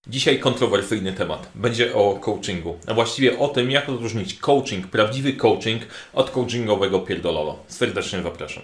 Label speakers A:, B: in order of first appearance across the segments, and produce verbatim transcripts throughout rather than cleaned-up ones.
A: Dzisiaj kontrowersyjny temat. Będzie o coachingu, a właściwie o tym, jak odróżnić coaching, prawdziwy coaching od coachingowego pierdololo. Serdecznie zapraszam.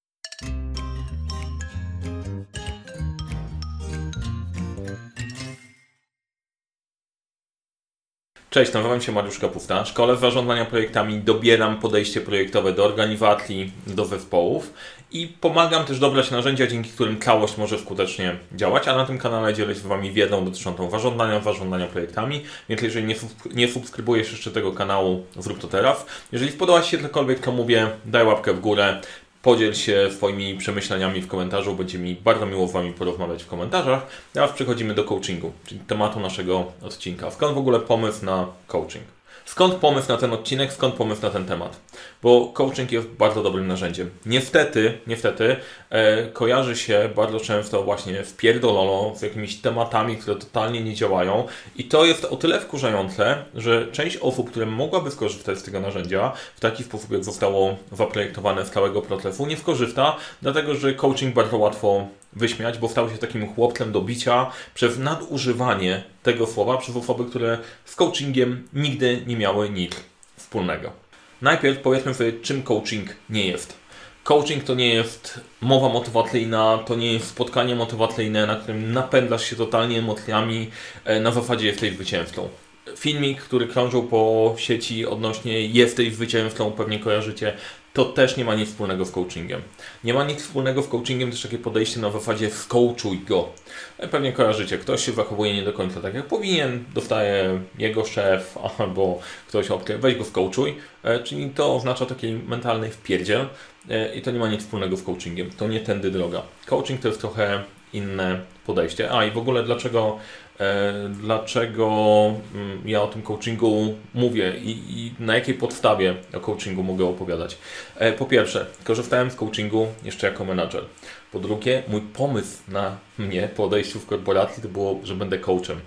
A: Cześć, nazywam się Mariusz Kapusta. W szkole zarządzania projektami dobieram podejście projektowe do organizacji, do zespołów i pomagam też dobrać narzędzia, dzięki którym całość może skutecznie działać, a na tym kanale dzielę się z Wami wiedzą dotyczącą zarządzania, zarządzania projektami, więc jeżeli nie, nie subskrybujesz jeszcze tego kanału, zrób to teraz. Jeżeli spodoba Ci się cokolwiek, to mówię, daj łapkę w górę. Podziel się swoimi przemyśleniami w komentarzu, będzie mi bardzo miło z Wami porozmawiać w komentarzach. Teraz przechodzimy do coachingu, czyli tematu naszego odcinka. Skąd w ogóle pomysł na coaching? Skąd pomysł na ten odcinek, skąd pomysł na ten temat? Bo coaching jest bardzo dobrym narzędziem. Niestety, niestety e, kojarzy się bardzo często właśnie z pierdololo, z jakimiś tematami, które totalnie nie działają i to jest o tyle wkurzające, że część osób, które mogłaby skorzystać z tego narzędzia w taki sposób, jak zostało zaprojektowane z całego procesu, nie skorzysta, dlatego że coaching bardzo łatwo wyśmiać, bo stał się takim chłopcem do bicia przez nadużywanie tego słowa przez osoby, które z coachingiem nigdy nie miały nic wspólnego. Najpierw powiedzmy sobie, czym coaching nie jest. Coaching to nie jest mowa motywacyjna, to nie jest spotkanie motywacyjne, na którym napędzasz się totalnie emocjami, na zasadzie jesteś zwycięzcą. Filmik, który krążył po sieci odnośnie jesteś zwycięzcą, pewnie kojarzycie, to też nie ma nic wspólnego z coachingiem. Nie ma nic wspólnego z coachingiem też takie podejście na zasadzie skoachuj go. Pewnie kojarzycie, ktoś się zachowuje nie do końca tak jak powinien, dostaje jego szef albo ktoś obcy, weź go skoachuj, czyli to oznacza taki mentalny wpierdziel i to nie ma nic wspólnego z coachingiem. To nie tędy droga. Coaching to jest trochę inne podejście. A i w ogóle dlaczego Dlaczego ja o tym coachingu mówię i, i na jakiej podstawie o coachingu mogę opowiadać? Po pierwsze, korzystałem z coachingu jeszcze jako menadżer. Po drugie, mój pomysł na mnie po odejściu w korporacji to było, że będę coachem.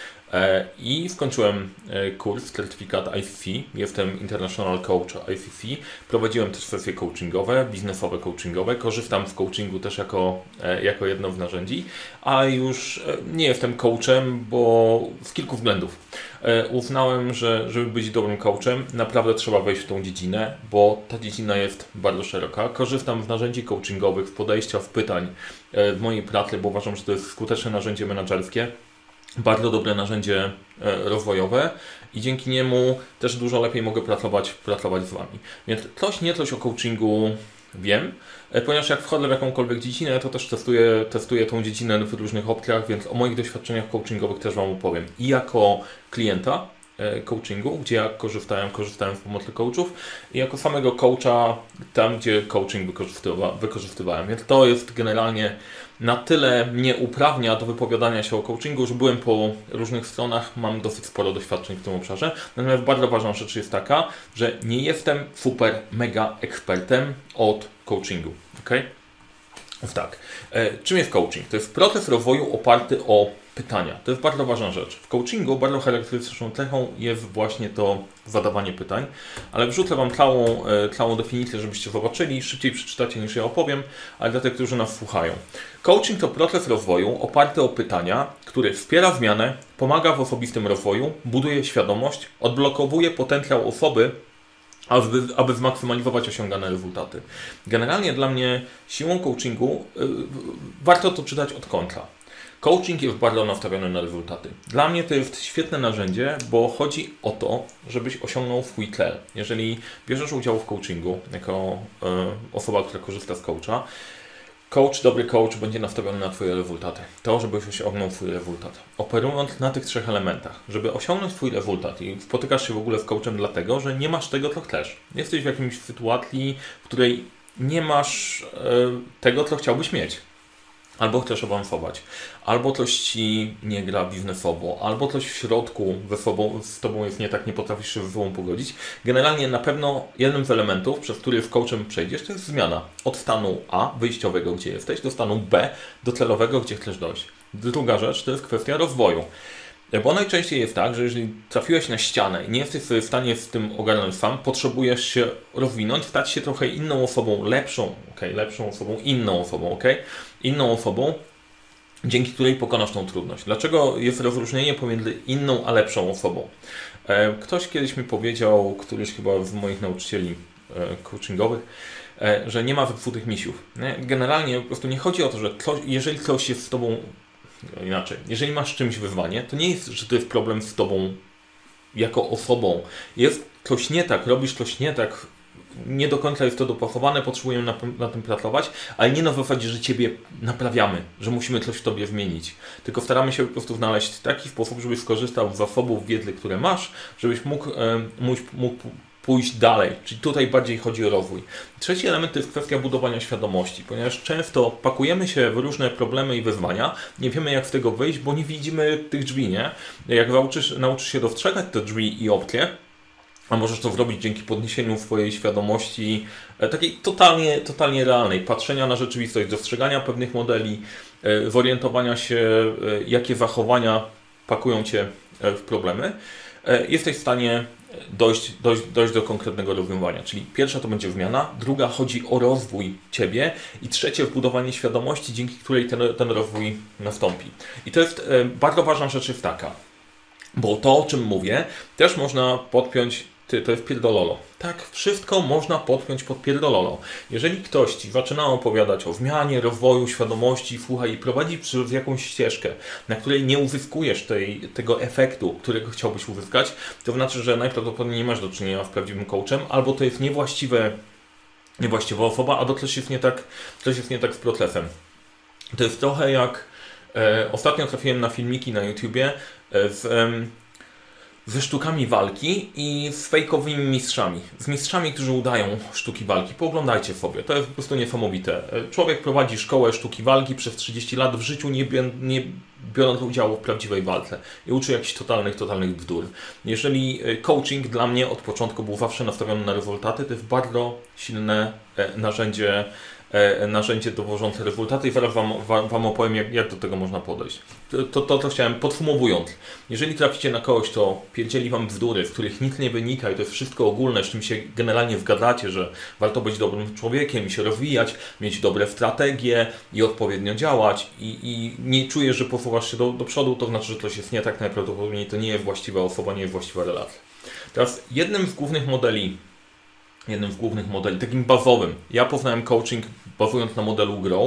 A: I skończyłem kurs, certyfikat I C C, jestem International Coach I C C, prowadziłem też sesje coachingowe, biznesowe coachingowe, korzystam z coachingu też jako, jako jedno z narzędzi, a już nie jestem coachem, bo z kilku względów. Uznałem, że żeby być dobrym coachem, naprawdę trzeba wejść w tą dziedzinę, bo ta dziedzina jest bardzo szeroka. Korzystam z narzędzi coachingowych, z podejścia, z pytań w mojej pracy, bo uważam, że to jest skuteczne narzędzie menedżerskie. Bardzo dobre narzędzie rozwojowe i dzięki niemu też dużo lepiej mogę pracować, pracować z Wami. Więc coś nie coś o coachingu wiem, ponieważ jak wchodzę w jakąkolwiek dziedzinę, to też testuję, testuję tą dziedzinę w różnych opcjach, więc o moich doświadczeniach coachingowych też Wam opowiem. I jako klienta coachingu, gdzie ja korzystałem, korzystałem z pomocy coachów i jako samego coacha tam, gdzie coaching wykorzystywa, wykorzystywałem. Więc to jest generalnie na tyle mnie uprawnia do wypowiadania się o coachingu, że byłem po różnych stronach, mam dosyć sporo doświadczeń w tym obszarze. Natomiast bardzo ważna rzecz jest taka, że nie jestem super mega ekspertem od coachingu. Okay? Tak. E, czym jest coaching? To jest proces rozwoju oparty o pytania. To jest bardzo ważna rzecz. W coachingu bardzo charakterystyczną cechą jest właśnie to zadawanie pytań, ale wrzucę Wam całą, e, całą definicję, żebyście zobaczyli. Szybciej przeczytacie niż ja opowiem, ale dla tych, którzy nas słuchają. Coaching to proces rozwoju oparty o pytania, który wspiera zmianę, pomaga w osobistym rozwoju, buduje świadomość, odblokowuje potencjał osoby, Aby, aby zmaksymalizować osiągane rezultaty. Generalnie dla mnie siłą coachingu yy, warto to czytać od końca. Coaching jest bardzo nastawiony na rezultaty. Dla mnie to jest świetne narzędzie, bo chodzi o to, żebyś osiągnął swój cel. Jeżeli bierzesz udział w coachingu jako yy, osoba, która korzysta z coacha, Coach, dobry coach będzie nastawiony na Twoje rezultaty. To, żebyś osiągnął Twój rezultat. Operując na tych trzech elementach. Żeby osiągnąć Twój rezultat i spotykasz się w ogóle z coachem dlatego, że nie masz tego, co chcesz. Jesteś w jakiejś sytuacji, w której nie masz e, tego, co chciałbyś mieć. Albo chcesz awansować, albo coś Ci nie gra biznesowo, albo coś w środku ze sobą, z Tobą jest nie tak, nie potrafisz się ze sobą pogodzić. Generalnie na pewno jednym z elementów, przez który z coachem przejdziesz, to jest zmiana od stanu A, wyjściowego, gdzie jesteś, do stanu B, docelowego, gdzie chcesz dojść. Druga rzecz to jest kwestia rozwoju. Bo najczęściej jest tak, że jeżeli trafiłeś na ścianę i nie jesteś w stanie z tym ogarnąć sam, potrzebujesz się rozwinąć, stać się trochę inną osobą, lepszą, okay, lepszą osobą, inną osobą, okay? Inną osobą, dzięki której pokonasz tą trudność. Dlaczego jest rozróżnienie pomiędzy inną a lepszą osobą? Ktoś kiedyś mi powiedział, któryś chyba z moich nauczycieli coachingowych, że nie ma wypsutych misiów. Generalnie po prostu nie chodzi o to, że ktoś, jeżeli ktoś jest z Tobą, no inaczej, jeżeli masz czymś wyzwanie, to nie jest, że to jest problem z Tobą jako osobą. Jest coś nie tak, robisz coś nie tak, nie do końca jest to dopasowane, potrzebujemy na, na tym pracować, ale nie na zasadzie, że Ciebie naprawiamy, że musimy coś w Tobie zmienić. Tylko staramy się po prostu znaleźć taki sposób, żebyś skorzystał z zasobów wiedzy, które masz, żebyś mógł, e, mógł, mógł pójść dalej. Czyli tutaj bardziej chodzi o rozwój. Trzeci element to jest kwestia budowania świadomości, ponieważ często pakujemy się w różne problemy i wyzwania, nie wiemy jak z tego wyjść, bo nie widzimy tych drzwi, nie? Jak nauczysz, nauczysz się dostrzegać te drzwi i opcje, a możesz to zrobić dzięki podniesieniu swojej świadomości e, takiej totalnie, totalnie realnej, patrzenia na rzeczywistość, dostrzegania pewnych modeli, e, zorientowania się, e, jakie zachowania pakują Cię w problemy, e, jesteś w stanie dojść, dojść, dojść do konkretnego rozwiązania. Czyli pierwsza to będzie zmiana, druga chodzi o rozwój Ciebie i trzecie budowanie świadomości, dzięki której ten, ten rozwój nastąpi. I to jest e, bardzo ważna rzecz jest taka, bo to, o czym mówię, też można podpiąć, ty, to jest pierdololo. Tak, wszystko można podpiąć pod pierdololo. Jeżeli ktoś Ci zaczyna opowiadać o zmianie, rozwoju, świadomości, słuchaj, i prowadzi przez jakąś ścieżkę, na której nie uzyskujesz tej, tego efektu, którego chciałbyś uzyskać, to znaczy, że najprawdopodobniej nie masz do czynienia z prawdziwym coachem, albo to jest niewłaściwe, niewłaściwa osoba, albo coś jest nie tak, coś jest nie tak z procesem. To jest trochę jak e, ostatnio trafiłem na filmiki na YouTubie e, z... E, ze sztukami walki i z fejkowymi mistrzami. Z mistrzami, którzy udają sztuki walki. Pooglądajcie sobie, to jest po prostu niesamowite. Człowiek prowadzi szkołę sztuki walki przez trzydzieści lat w życiu, nie, nie biorąc udziału w prawdziwej walce. I uczy jakichś totalnych, totalnych bzdur. Jeżeli coaching dla mnie od początku był zawsze nastawiony na rezultaty, to jest bardzo silne narzędzie narzędzie dowożące rezultaty i zaraz Wam, wam opowiem, jak, jak do tego można podejść. To, to, to chciałem podsumowując. Jeżeli traficie na kogoś, kto pierdzieli Wam bzdury, z których nic nie wynika i to jest wszystko ogólne, z czym się generalnie zgadzacie, że warto być dobrym człowiekiem i się rozwijać, mieć dobre strategie i odpowiednio działać i, i nie czujesz, że posuwasz się do, do przodu, to znaczy, że coś jest nie tak, najprawdopodobniej to nie jest właściwa osoba, nie jest właściwa relacja. Teraz jednym z głównych modeli jednym z głównych modeli, takim bazowym. Ja poznałem coaching bazując na modelu Grow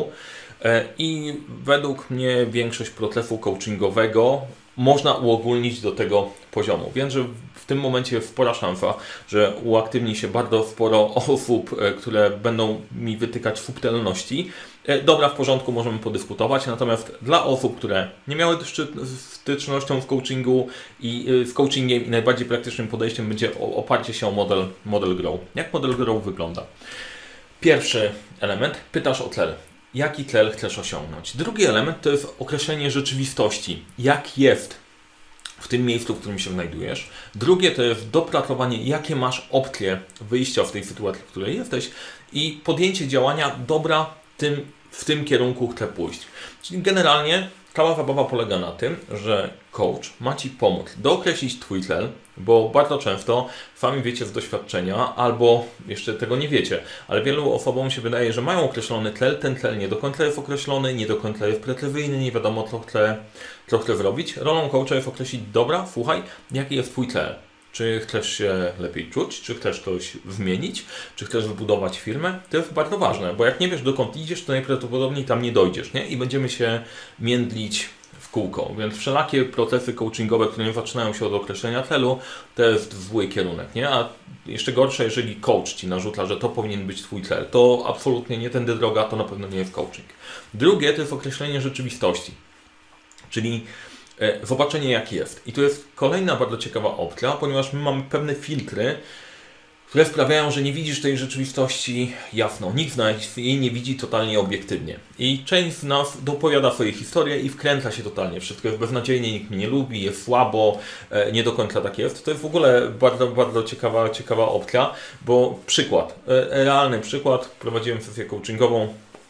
A: i według mnie większość procesu coachingowego można uogólnić do tego poziomu. Wiem, że w tym momencie jest spora szansa, że uaktywni się bardzo sporo osób, które będą mi wytykać subtelności. Dobra, w porządku, możemy podyskutować, natomiast dla osób, które nie miały stycznością z coachingu i z coachingiem i najbardziej praktycznym podejściem będzie oparcie się o model, model Grow. Jak model Grow wygląda? Pierwszy element, pytasz o cel. Jaki cel chcesz osiągnąć? Drugi element to jest określenie rzeczywistości. Jak jest w tym miejscu, w którym się znajdujesz. Drugie to jest dopracowanie, jakie masz opcje wyjścia z tej sytuacji, w której jesteś i podjęcie działania, dobra, tym, w tym kierunku chcę pójść. Czyli generalnie cała zabawa polega na tym, że coach ma Ci pomóc dookreślić Twój cel, bo bardzo często sami wiecie z doświadczenia, albo jeszcze tego nie wiecie, ale wielu osobom się wydaje, że mają określony cel, ten cel nie do końca jest określony, nie do końca jest precyzyjny, nie wiadomo co chce, co chce zrobić. Rolą coacha jest określić, dobra, słuchaj, jaki jest Twój cel. Czy chcesz się lepiej czuć, czy chcesz coś zmienić, czy chcesz wybudować firmę? To jest bardzo ważne, bo jak nie wiesz dokąd idziesz, to najprawdopodobniej tam nie dojdziesz, nie? I będziemy się międlić w kółko. Więc wszelakie procesy coachingowe, które nie zaczynają się od określenia celu, to jest zły kierunek, nie? A jeszcze gorsze, jeżeli coach Ci narzuca, że to powinien być Twój cel, to absolutnie nie tędy droga, to na pewno nie jest coaching. Drugie to jest określenie rzeczywistości, czyli zobaczenie jak jest. I to jest kolejna bardzo ciekawa opcja, ponieważ my mamy pewne filtry, które sprawiają, że nie widzisz tej rzeczywistości jasno. Nikt z nas jej nie widzi totalnie obiektywnie. I część z nas dopowiada swoje historie i wkręca się totalnie. Wszystko jest beznadziejnie, nikt mnie nie lubi, jest słabo, nie do końca tak jest. To jest w ogóle bardzo, bardzo ciekawa, ciekawa opcja, bo przykład, realny przykład, prowadziłem sesję coachingową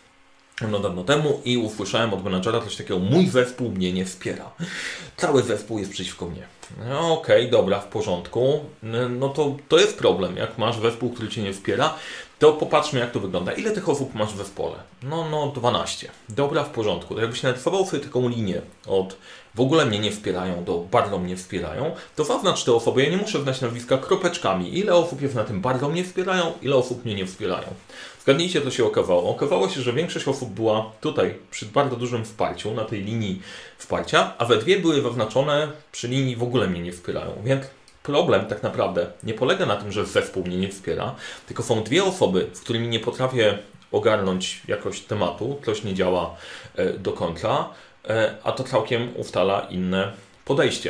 A: no dawno temu i usłyszałem od menadżera coś takiego: mój zespół mnie nie wspiera. Cały zespół jest przeciwko mnie. No, okej, okay, dobra, w porządku. No to, to jest problem. Jak masz zespół, który Cię nie wspiera, To popatrzmy, jak to wygląda. Ile tych osób masz w zespole? No, no dwanaście. Dobra, w porządku. To jakbyś narysował sobie taką linię od w ogóle mnie nie wspierają do bardzo mnie wspierają, to zaznacz te osoby. Ja nie muszę wnać nazwiska kropeczkami. Ile osób jest na tym bardzo mnie wspierają, ile osób mnie nie wspierają. Zgadnijcie, co się okazało. Okazało się, że większość osób była tutaj przy bardzo dużym wsparciu, na tej linii wsparcia, a we dwie były zaznaczone przy linii w ogóle mnie nie wspierają. Więc problem tak naprawdę nie polega na tym, że zespół mnie nie wspiera, tylko są dwie osoby, z którymi nie potrafię ogarnąć jakoś tematu, coś nie działa do końca, a to całkiem ustala inne podejście.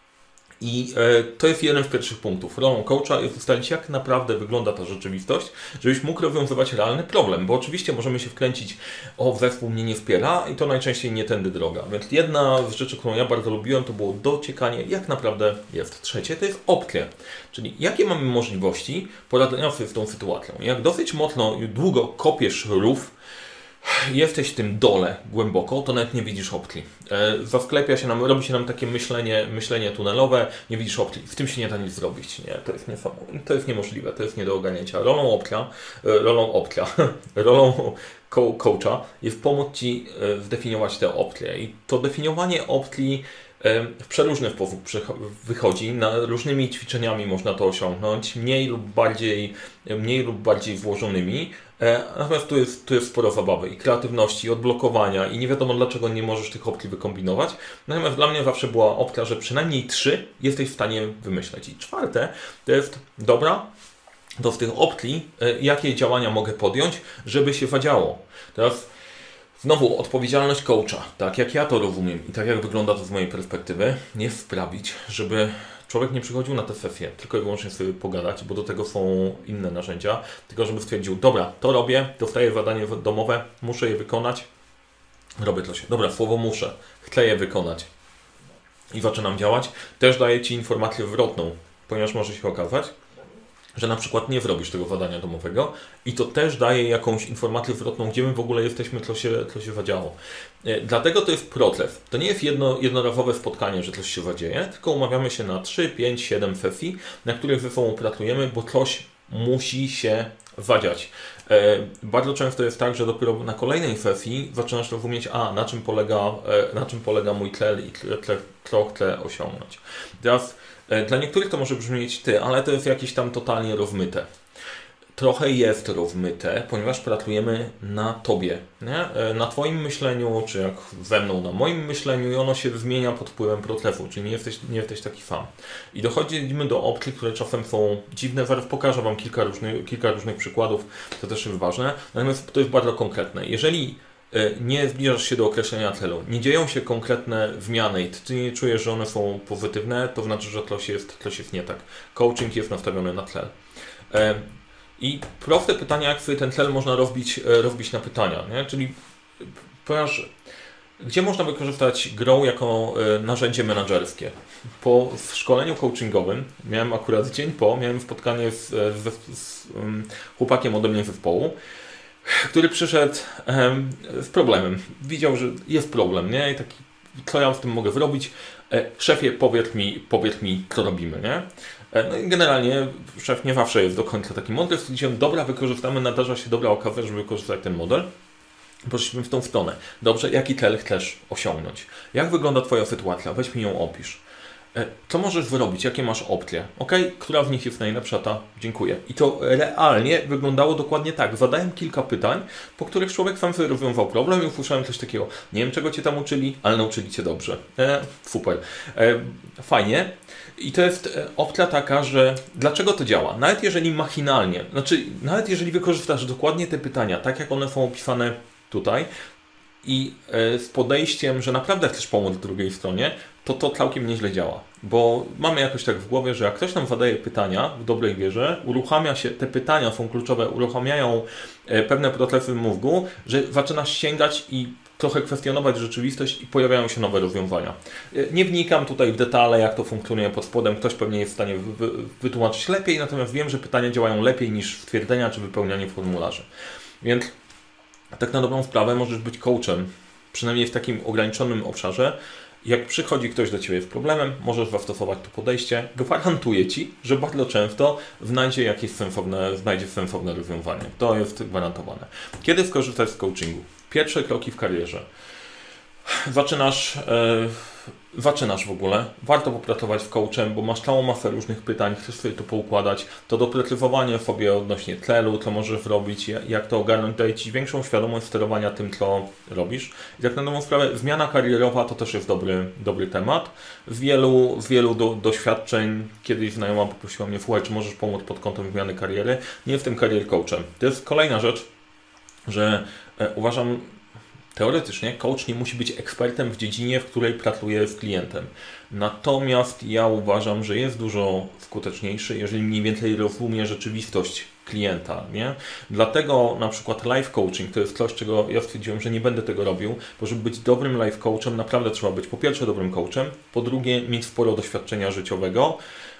A: I to jest jeden z pierwszych punktów. Rolą coacha jest ustalić, jak naprawdę wygląda ta rzeczywistość, żebyś mógł rozwiązywać realny problem, bo oczywiście możemy się wkręcić, o zespół mnie nie wspiera i to najczęściej nie tędy droga. Więc jedna z rzeczy, którą ja bardzo lubiłem, to było dociekanie, jak naprawdę jest. Trzecie to jest opcje, czyli jakie mamy możliwości poradzenia sobie z tą sytuacją. Jak dosyć mocno i długo kopiesz rów, jesteś w tym dole głęboko, to nawet nie widzisz opcji. E, zasklepia się nam, robi się nam takie myślenie, myślenie tunelowe, nie widzisz opcji. W tym się nie da nic zrobić. Nie, to jest niesamowite, to jest niemożliwe, to jest nie do ogarnięcia. Rolą opcja, e, rolą opcja, rolą co coacha jest pomóc Ci e, zdefiniować te opcje. I to definiowanie opcji w przeróżny sposób wychodzi, na różnymi ćwiczeniami można to osiągnąć, mniej lub bardziej, mniej lub bardziej włożonymi, natomiast tu jest, tu jest sporo zabawy i kreatywności, i odblokowania i nie wiadomo dlaczego nie możesz tych opcji wykombinować, natomiast dla mnie zawsze była opcja, że przynajmniej trzy jesteś w stanie wymyśleć. I czwarte to jest, dobra, to z tych opcji, jakie działania mogę podjąć, żeby się zadziało. Teraz znowu odpowiedzialność coacha, tak jak ja to rozumiem i tak jak wygląda to z mojej perspektywy, jest sprawić, żeby człowiek nie przychodził na tę sesję, tylko i wyłącznie sobie pogadać, bo do tego są inne narzędzia, tylko żeby stwierdził, dobra, to robię, dostaję zadanie domowe, muszę je wykonać, robię to się. Dobra, słowo muszę, chcę je wykonać i zaczynam działać. Też daję Ci informację zwrotną, ponieważ może się okazać, że na przykład nie zrobisz tego zadania domowego i to też daje jakąś informację zwrotną, gdzie my w ogóle jesteśmy, co się, co się zadziało. Dlatego to jest proces. To nie jest jedno, jednorazowe spotkanie, że coś się zadzieje, tylko umawiamy się na trzy, pięć, siedem sesji, na których ze sobą pracujemy, bo coś musi się zadziać. Bardzo często jest tak, że dopiero na kolejnej sesji zaczynasz rozumieć, a na czym polega, na czym polega mój cel i co chcę osiągnąć. Teraz dla niektórych to może brzmieć ty, ale to jest jakieś tam totalnie rozmyte. Trochę jest rozmyte, ponieważ pracujemy na tobie, nie? Na twoim myśleniu, czy jak ze mną na moim myśleniu i ono się zmienia pod wpływem procesu, czyli nie jesteś, nie jesteś taki sam. I dochodzimy do opcji, które czasem są dziwne, zaraz pokażę Wam kilka różnych, kilka różnych przykładów, to też jest ważne, natomiast to jest bardzo konkretne. Jeżeli nie zbliżasz się do określenia celu, nie dzieją się konkretne zmiany i ty nie czujesz, że one są pozytywne, to znaczy, że coś jest, coś jest nie tak. Coaching jest nastawiony na cel. I proste pytania, jak sobie ten cel można rozbić, rozbić na pytania, nie? Czyli ponieważ gdzie można wykorzystać Grow jako narzędzie menedżerskie? Po szkoleniu coachingowym, miałem akurat dzień po, miałem spotkanie z, z, z chłopakiem ode mnie zespołu, który przyszedł um, z problemem. Widział, że jest problem, nie? I taki, co ja z tym mogę zrobić? E, szefie, powiedz mi, powiedz mi, co robimy, nie? E, no i generalnie szef nie zawsze jest do końca taki mądry. Stwierdziłem, dobra, wykorzystamy, nadarza się dobra okazja, żeby wykorzystać ten model. Poszliśmy w tą stronę. Dobrze, jaki cel chcesz osiągnąć? Jak wygląda Twoja sytuacja? Weź mi ją opisz. Co możesz zrobić? Jakie masz opcje? Ok, która z nich jest najlepsza? Ta, dziękuję. I to realnie wyglądało dokładnie tak. Zadałem kilka pytań, po których człowiek sam sobie rozwiązał problem i usłyszałem coś takiego. Nie wiem, czego Cię tam uczyli, ale nauczyli Cię dobrze. E, super. E, fajnie. I to jest opcja taka, że dlaczego to działa? Nawet jeżeli machinalnie, znaczy nawet jeżeli wykorzystasz dokładnie te pytania, tak jak one są opisane tutaj, i z podejściem, że naprawdę chcesz pomóc drugiej stronie, to to całkiem nieźle działa. Bo mamy jakoś tak w głowie, że jak ktoś nam zadaje pytania w dobrej wierze, uruchamia się, te pytania są kluczowe, uruchamiają pewne procesy w mózgu, że zaczynasz sięgać i trochę kwestionować rzeczywistość i pojawiają się nowe rozwiązania. Nie wnikam tutaj w detale, jak to funkcjonuje pod spodem, ktoś pewnie jest w stanie wy wytłumaczyć lepiej, natomiast wiem, że pytania działają lepiej niż stwierdzenia czy wypełnianie formularzy. Więc tak na dobrą sprawę możesz być coachem, przynajmniej w takim ograniczonym obszarze, Jak przychodzi ktoś do Ciebie z problemem, możesz zastosować to podejście. Gwarantuję Ci, że bardzo często znajdzie jakieś sensowne, znajdzie sensowne rozwiązanie. To jest gwarantowane. Kiedy skorzystać z coachingu? Pierwsze kroki w karierze. Zaczynasz, yy, zaczynasz w ogóle. Warto popracować z coachem, bo masz całą masę różnych pytań, chcesz sobie to poukładać. To doprecyzowanie sobie odnośnie celu, co możesz robić, jak to ogarnąć, daje Ci większą świadomość sterowania tym, co robisz. I tak na dobrą sprawę, zmiana karierowa to też jest dobry, dobry temat. Z wielu, z wielu do, doświadczeń, kiedyś znajoma poprosiła mnie, słuchaj, czy możesz pomóc pod kątem zmiany kariery. Nie jestem career coachem. To jest kolejna rzecz, że e, uważam, teoretycznie coach nie musi być ekspertem w dziedzinie, w której pracuje z klientem. Natomiast ja uważam, że jest dużo skuteczniejszy, jeżeli mniej więcej rozumie rzeczywistość klienta, nie? Dlatego na przykład life coaching to jest coś, czego ja stwierdziłem, że nie będę tego robił, bo żeby być dobrym life coachem, naprawdę trzeba być po pierwsze dobrym coachem, po drugie mieć sporo doświadczenia życiowego,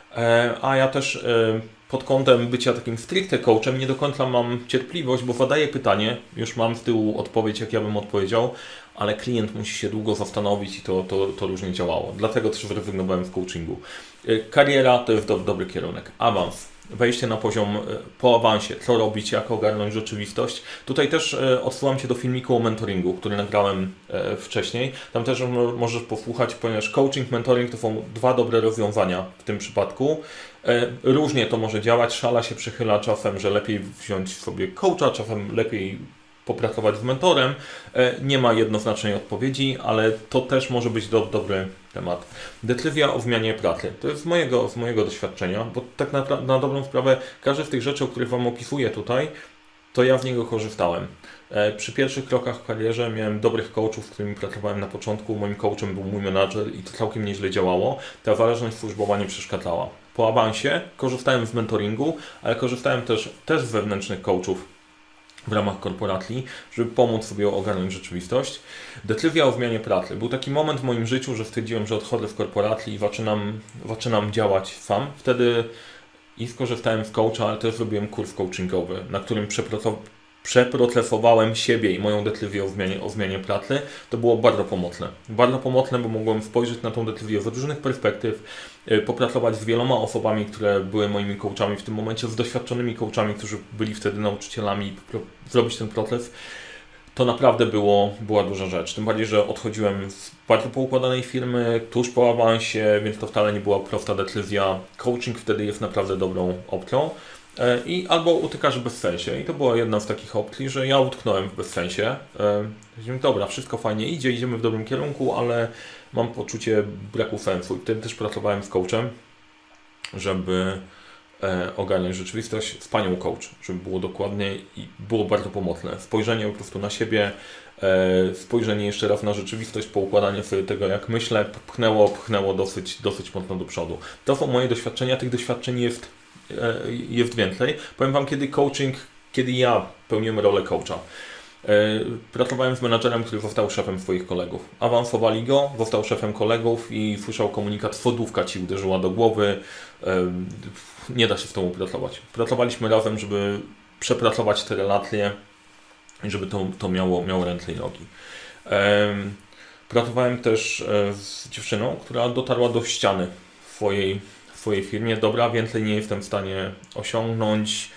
A: a ja też pod kątem bycia takim stricte coachem nie do końca mam cierpliwość, bo zadaję pytanie, już mam z tyłu odpowiedź, jak ja bym odpowiedział, ale klient musi się długo zastanowić i to, to, to różnie działało. Dlatego też zrezygnowałem z coachingu. Kariera to jest do, dobry kierunek. Awans. Wejście na poziom po awansie, co robić, jak ogarnąć rzeczywistość. Tutaj też odsyłam Cię do filmiku o mentoringu, który nagrałem wcześniej. Tam też możesz posłuchać, ponieważ coaching, mentoring to są dwa dobre rozwiązania w tym przypadku. Różnie to może działać, szala się przychyla czasem, że lepiej wziąć sobie coacha, czasem lepiej popracować z mentorem. Nie ma jednoznacznej odpowiedzi, ale to też może być do, dobry temat. Decyzja o zmianie pracy. To jest z mojego, z mojego doświadczenia, bo tak na, na dobrą sprawę każdy z tych rzeczy, o których Wam opisuję tutaj, to ja z niego korzystałem. Przy pierwszych krokach w karierze miałem dobrych coachów, z którymi pracowałem na początku. Moim coachem był mój menadżer i to całkiem nieźle działało. Ta zależność służbowa nie przeszkadzała. Po awansie korzystałem z mentoringu, ale korzystałem też, też z wewnętrznych coachów w ramach korporacji, żeby pomóc sobie ogarnąć rzeczywistość. Decyzja o zmianie pracy. Był taki moment w moim życiu, że stwierdziłem, że odchodzę z korporacji i zaczynam, zaczynam działać sam. Wtedy i skorzystałem z coacha, ale też zrobiłem kurs coachingowy, na którym przeprocesowałem siebie i moją decyzję o zmianie, o zmianie pracy. To było bardzo pomocne. Bardzo pomocne, bo mogłem spojrzeć na tą decyzję z różnych perspektyw, popracować z wieloma osobami, które były moimi coachami w tym momencie, z doświadczonymi coachami, którzy byli wtedy nauczycielami i zrobić ten proces. To naprawdę było, była duża rzecz. Tym bardziej, że odchodziłem z bardzo poukładanej firmy, tuż po awansie, więc to wcale nie była prosta decyzja. Coaching wtedy jest naprawdę dobrą opcją. I albo utykasz w bezsensie. I to była jedna z takich opcji, że ja utknąłem w bezsensie. Dobra, wszystko fajnie idzie, idziemy w dobrym kierunku, ale mam poczucie braku sensu. I wtedy też pracowałem z coachem, żeby ogarniać rzeczywistość, z panią coach, żeby było dokładnie i było bardzo pomocne. Spojrzenie po prostu na siebie, spojrzenie jeszcze raz na rzeczywistość, poukładanie sobie tego, jak myślę, pchnęło, pchnęło dosyć, dosyć mocno do przodu. To są moje doświadczenia, tych doświadczeń jest, jest więcej. Powiem Wam, kiedy coaching, kiedy ja pełniłem rolę coacha. Pracowałem z menadżerem, który został szefem swoich kolegów. Awansowali go, został szefem kolegów i słyszał komunikat, swodówka Ci uderzyła do głowy, nie da się z tą pracować. Pracowaliśmy razem, żeby przepracować te relacje i żeby to, to miało, miało ręce i nogi. Pracowałem też z dziewczyną, która dotarła do ściany w swojej, w swojej firmie. Dobra, więcej nie jestem w stanie osiągnąć,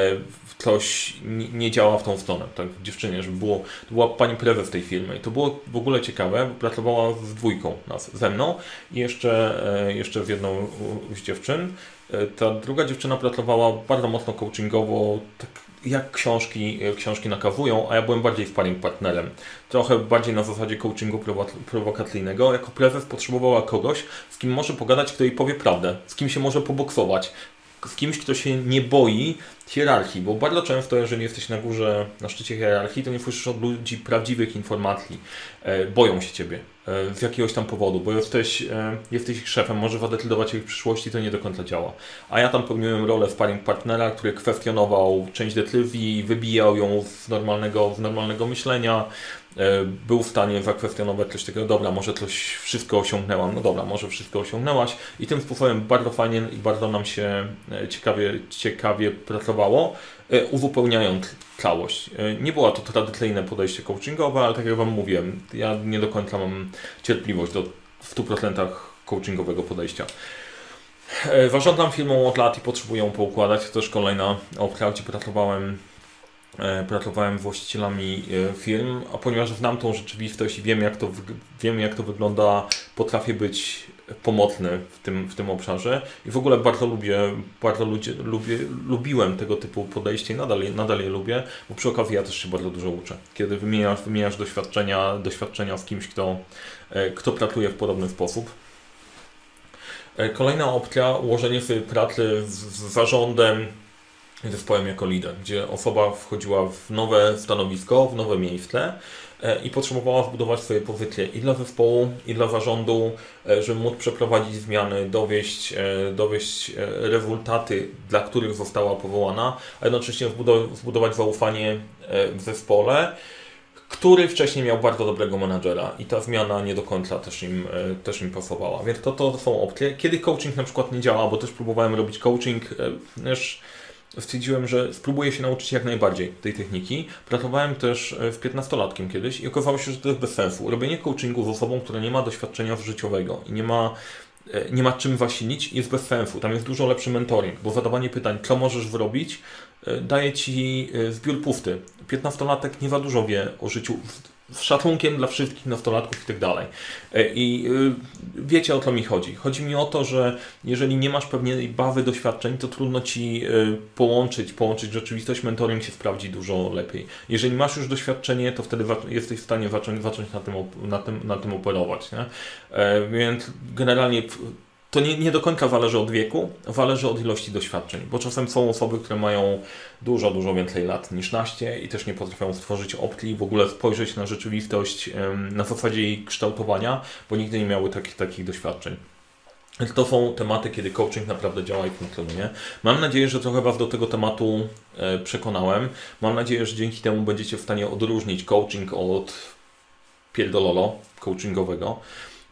A: coś nie działa w tą stronę, tak, dziewczynie, żeby było, to była pani prezes w tej firmie i to było w ogóle ciekawe, bo pracowała z dwójką nas, ze mną i jeszcze, jeszcze z jedną z dziewczyn. Ta druga dziewczyna pracowała bardzo mocno coachingowo, tak jak książki, książki nakazują, a ja byłem bardziej sparring partnerem. Trochę bardziej na zasadzie coachingu prowokacyjnego. Jako prezes potrzebowała kogoś, z kim może pogadać, kto jej powie prawdę, z kim się może poboksować, z kimś, kto się nie boi hierarchii, bo bardzo często, jeżeli jesteś na górze, na szczycie hierarchii, to nie słyszysz od ludzi prawdziwych informacji. E, boją się Ciebie e, z jakiegoś tam powodu, bo jesteś, e, jesteś ich szefem, może zadecydować o ich przyszłości, to nie do końca działa. A ja tam pełniłem rolę sparring partnera, który kwestionował część decyzji, wybijał ją z normalnego, z normalnego myślenia, e, był w stanie zakwestionować coś takiego, dobra, może coś wszystko osiągnęłam, no dobra, może wszystko osiągnęłaś i tym sposobem bardzo fajnie i bardzo nam się ciekawie, ciekawie pracowało, uzupełniając całość. Nie było to tradycyjne podejście coachingowe, ale tak jak Wam mówiłem, ja nie do końca mam cierpliwość do w stu procentach coachingowego podejścia. Zarządzam firmą od lat i potrzebuję ją poukładać. To też kolejna opcja, gdzie pracowałem, pracowałem z właścicielami firm, a ponieważ znam tą rzeczywistość i wiem jak to, wiem, jak to wygląda, potrafię być pomocny w tym, w tym obszarze i w ogóle bardzo lubię, bardzo ludzie, lubię, lubiłem tego typu podejście i nadal, nadal je lubię, bo przy okazji ja też się bardzo dużo uczę. Kiedy wymieniasz, wymieniasz doświadczenia, doświadczenia z kimś, kto, kto pracuje w podobny sposób. Kolejna opcja, ułożenie sobie pracy z, z zarządem, zespołem jako lider, gdzie osoba wchodziła w nowe stanowisko, w nowe miejsce i potrzebowała zbudować swoje pozycje i dla zespołu, i dla zarządu, żeby móc przeprowadzić zmiany, dowieść, dowieść rezultaty, dla których została powołana, a jednocześnie zbudować zaufanie w zespole, który wcześniej miał bardzo dobrego menadżera i ta zmiana nie do końca też im, też im pasowała. Więc to, to są opcje. Kiedy coaching na przykład nie działa, bo też próbowałem robić coaching, też stwierdziłem, że spróbuję się nauczyć jak najbardziej tej techniki. Pracowałem też z piętnastolatkiem kiedyś i okazało się, że to jest bez sensu. Robienie coachingu z osobą, która nie ma doświadczenia życiowego i nie ma, nie ma czym zasilić, jest bez sensu. Tam jest dużo lepszy mentoring, bo zadawanie pytań, co możesz zrobić, daje Ci zbiór pusty. piętnastolatek nie za dużo wie o życiu, z szacunkiem dla wszystkich nastolatków i tak dalej. I wiecie, o co mi chodzi. Chodzi mi o to, że jeżeli nie masz pewnej bazy doświadczeń, to trudno Ci połączyć, połączyć rzeczywistość, mentoring się sprawdzi dużo lepiej. Jeżeli masz już doświadczenie, to wtedy jesteś w stanie zacząć, zacząć na, tym, na, tym, na tym operować. Nie? Więc generalnie to nie, nie do końca zależy od wieku, zależy od ilości doświadczeń, bo czasem są osoby, które mają dużo, dużo więcej lat niż naście i też nie potrafią stworzyć opcji, w ogóle spojrzeć na rzeczywistość na zasadzie jej kształtowania, bo nigdy nie miały takich, takich doświadczeń. Więc to są tematy, kiedy coaching naprawdę działa i funkcjonuje. Mam nadzieję, że trochę Was do tego tematu przekonałem. Mam nadzieję, że dzięki temu będziecie w stanie odróżnić coaching od pierdololo coachingowego.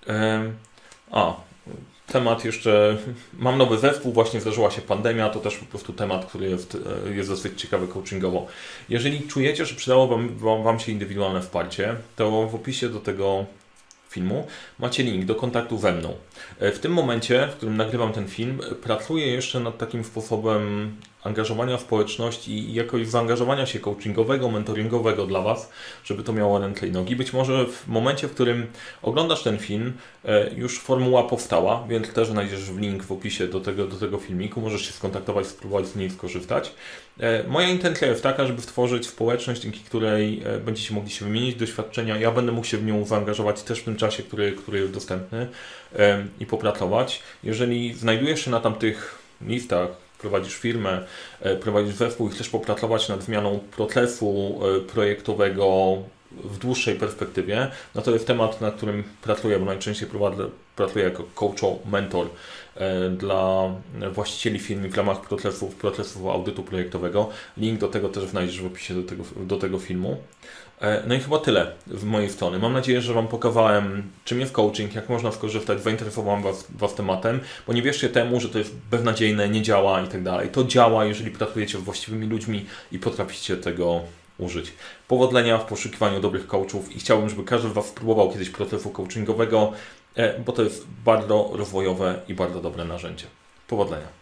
A: A, temat jeszcze, mam nowy zespół, właśnie zdarzyła się pandemia, to też po prostu temat, który jest, jest dosyć ciekawy coachingowo. Jeżeli czujecie, że przydało wam, wam, wam się indywidualne wsparcie, to w opisie do tego filmu macie link do kontaktu ze mną. W tym momencie, w którym nagrywam ten film, pracuję jeszcze nad takim sposobem angażowania społeczności i jakoś zaangażowania się coachingowego, mentoringowego dla Was, żeby to miało ręce i nogi. Być może w momencie, w którym oglądasz ten film, już formuła powstała, więc też znajdziesz link w opisie do tego, do tego filmiku. Możesz się skontaktować, spróbować z niej skorzystać. Moja intencja jest taka, żeby stworzyć społeczność, dzięki której będziecie mogli się wymienić doświadczenia. Ja będę mógł się w nią zaangażować też w tym czasie, który, który jest dostępny i popracować. Jeżeli znajdujesz się na tamtych listach, prowadzisz firmę, prowadzisz zespół i chcesz popracować nad zmianą procesu projektowego w dłuższej perspektywie, no to jest temat, nad którym pracuję, bo najczęściej prowadzę, pracuję jako coach, mentor dla właścicieli firm w ramach procesów, procesów audytu projektowego. Link do tego też znajdziesz w opisie do tego, do tego filmu. No i chyba tyle z mojej strony. Mam nadzieję, że Wam pokazałem, czym jest coaching, jak można skorzystać, zainteresowałem Was, was tematem, bo nie wierzcie temu, że to jest beznadziejne, nie działa i tak dalej. To działa, jeżeli pracujecie z właściwymi ludźmi i potraficie tego użyć. Powodzenia w poszukiwaniu dobrych coachów i chciałbym, żeby każdy z Was spróbował kiedyś procesu coachingowego, bo to jest bardzo rozwojowe i bardzo dobre narzędzie. Powodzenia.